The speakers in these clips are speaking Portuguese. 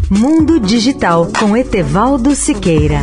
Mundo Digital com Etevaldo Siqueira.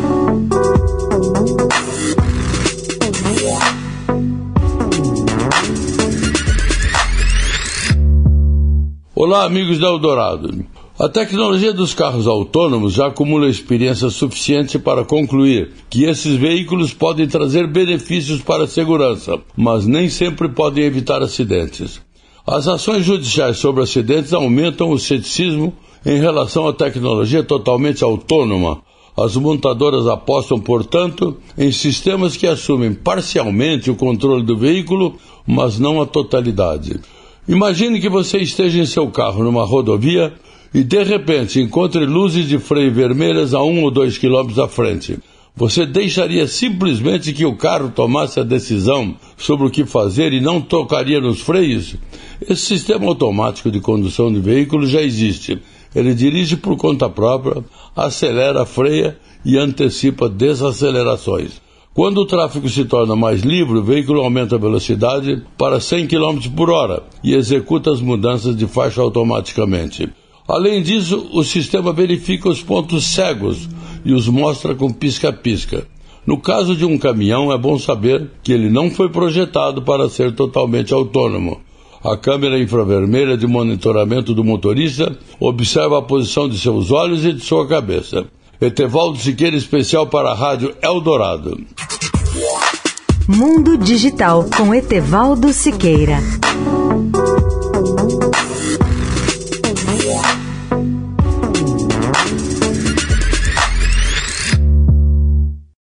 Olá, amigos da Eldorado. A tecnologia dos carros autônomos já acumula experiência suficiente para concluir que esses veículos podem trazer benefícios para a segurança, mas nem sempre podem evitar acidentes. As ações judiciais sobre acidentes aumentam o ceticismo em relação à tecnologia totalmente autônoma. As montadoras apostam, portanto, em sistemas que assumem parcialmente o controle do veículo, mas não a totalidade. Imagine que você esteja em seu carro numa rodovia e, de repente, encontre luzes de freio vermelhas a 1 ou 2 quilômetros à frente. Você deixaria simplesmente que o carro tomasse a decisão sobre o que fazer e não tocaria nos freios? Esse sistema automático de condução de veículos já existe. Ele dirige por conta própria, acelera, freia e antecipa desacelerações. Quando o tráfego se torna mais livre, o veículo aumenta a velocidade para 100 km por hora e executa as mudanças de faixa automaticamente. Além disso, o sistema verifica os pontos cegos e os mostra com pisca-pisca. No caso de um caminhão, é bom saber que ele não foi projetado para ser totalmente autônomo. A câmera infravermelha de monitoramento do motorista observa a posição de seus olhos e de sua cabeça. Etevaldo Siqueira, especial para a Rádio Eldorado. Mundo Digital com Etevaldo Siqueira.